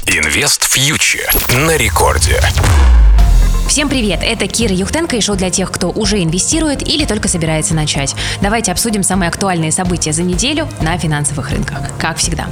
Инвест Фьючер на рекорде. Всем привет, это Кира Юхтенко и шоу для тех, кто уже инвестирует или только собирается начать. Давайте обсудим самые актуальные события за неделю на финансовых рынках, как всегда.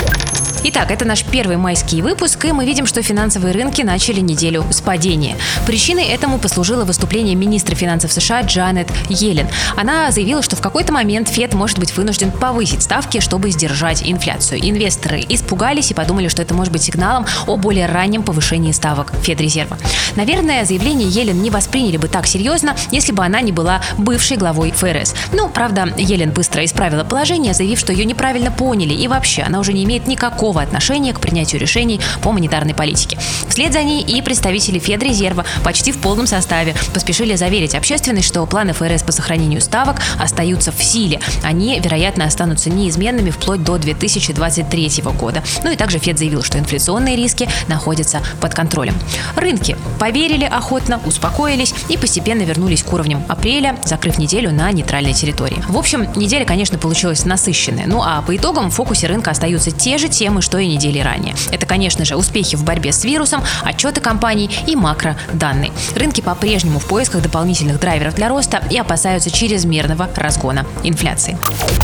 Итак, это наш первый майский выпуск, и мы видим, что финансовые рынки начали неделю с падения. Причиной этому послужило выступление министра финансов США Джанет Йеллен. Она заявила, что в какой-то момент ФЕД может быть вынужден повысить ставки, чтобы сдержать инфляцию. Инвесторы испугались и подумали, что это может быть сигналом о более раннем повышении ставок Федрезерва. Наверное, заявление Йеллен не восприняли бы так серьезно, если бы она не была бывшей главой ФРС. Правда, Йеллен быстро исправила положение, заявив, что ее неправильно поняли, и вообще она уже не имеет никакого отношения к принятию решений по монетарной политике. Вслед за ней и представители Федрезерва почти в полном составе поспешили заверить общественность, что планы ФРС по сохранению ставок остаются в силе. Они, вероятно, останутся неизменными вплоть до 2023 года. И также ФЕД заявил, что инфляционные риски находятся под контролем. Рынки поверили охотно, успокоились и постепенно вернулись к уровням апреля, закрыв неделю на нейтральной территории. В общем, неделя, конечно, получилась насыщенная. А по итогам в фокусе рынка остаются те же темы, что и недели ранее. Это, конечно же, успехи в борьбе с вирусом, отчеты компаний и макроданные. Рынки по-прежнему в поисках дополнительных драйверов для роста и опасаются чрезмерного разгона инфляции.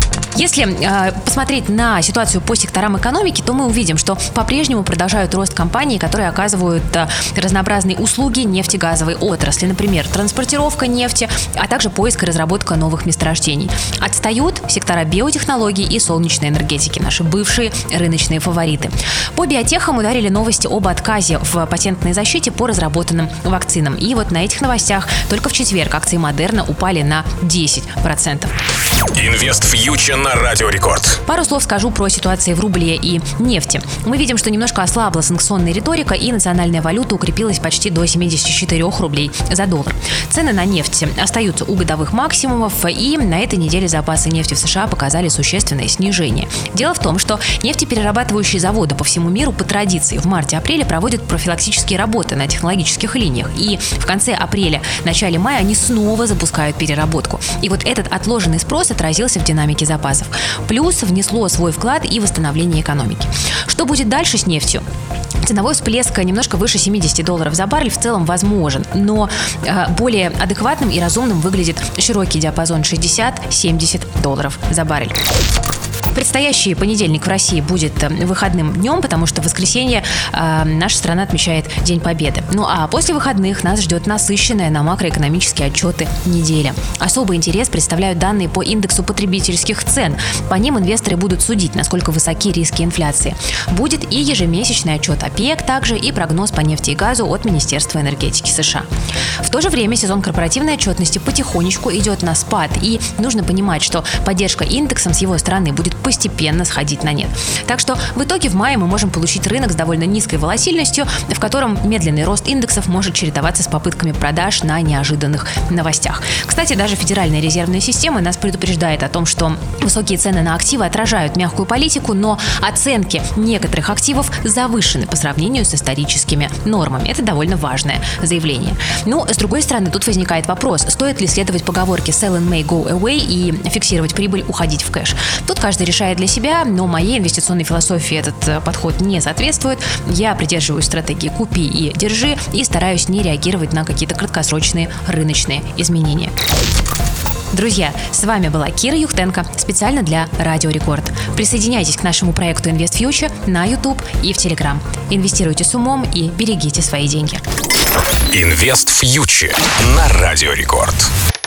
Если посмотреть на ситуацию по секторам экономики, то мы увидим, что по-прежнему продолжают рост компаний, которые оказывают разнообразные услуги нефтегазовой отрасли, например, транспортировка нефти, а также поиск и разработка новых месторождений. Отстают сектора биотехнологий и солнечной энергетики, наши бывшие рыночные фавориты. По биотехам ударили новости об отказе в патентной защите по разработанным вакцинам. И вот на этих новостях только в четверг акции Модерна упали на 10%. Инвест Фьючер на Радио Рекорд. Пару слов скажу про ситуацию в рубле и нефти. Мы видим, что немножко ослабла санкционная риторика, и национальная валюта укрепилась почти до 74 рублей за доллар. Цены на нефть остаются у годовых максимумов, и на этой неделе запасы нефти в США показали существенное снижение. Дело в том, что нефтеперерабатывающие заводы по всему миру по традиции в марте-апреле проводят профилактические работы на технологических линиях, и в конце апреля, начале мая они снова запускают переработку. И вот этот отложенный спрос отразился в динамике запасов. Плюс внесло свой вклад и восстановление экономики. Что будет дальше с нефтью? Ценовой всплеск немножко выше $70 за баррель в целом возможен, но более адекватным и разумным выглядит широкий диапазон $60-70 за баррель. Предстоящий понедельник в России будет выходным днем, потому что в воскресенье наша страна отмечает День Победы. А после выходных нас ждет насыщенная на макроэкономические отчеты неделя. Особый интерес представляют данные по индексу потребительских цен. По ним инвесторы будут судить, насколько высоки риски инфляции. Будет и ежемесячный отчет ОПЕК, также и прогноз по нефти и газу от Министерства энергетики США. В то же время сезон корпоративной отчетности потихонечку идет на спад, и нужно понимать, что поддержка индексом с его стороны будет постепенно сходить на нет. Так что в итоге в мае мы можем получить рынок с довольно низкой волатильностью, в котором медленный рост индексов может чередоваться с попытками продаж на неожиданных новостях. Кстати, даже Федеральная резервная система нас предупреждает о том, что высокие цены на активы отражают мягкую политику, но оценки некоторых активов завышены по сравнению с историческими нормами. Это довольно важное заявление. С другой стороны, тут возникает вопрос, стоит ли следовать поговорке «sell in May, go away» и фиксировать прибыль, уходить в кэш. Тут каждый решает для себя, но моей инвестиционной философии этот подход не соответствует. Я придерживаюсь стратегии «купи и держи» и стараюсь не реагировать на какие-то краткосрочные рыночные изменения. Друзья, с вами была Кира Юхтенко специально для Радио Рекорд. Присоединяйтесь к нашему проекту Инвест Фьючер на YouTube и в Telegram. Инвестируйте с умом и берегите свои деньги. Инвест Фьючер на Радио Рекорд.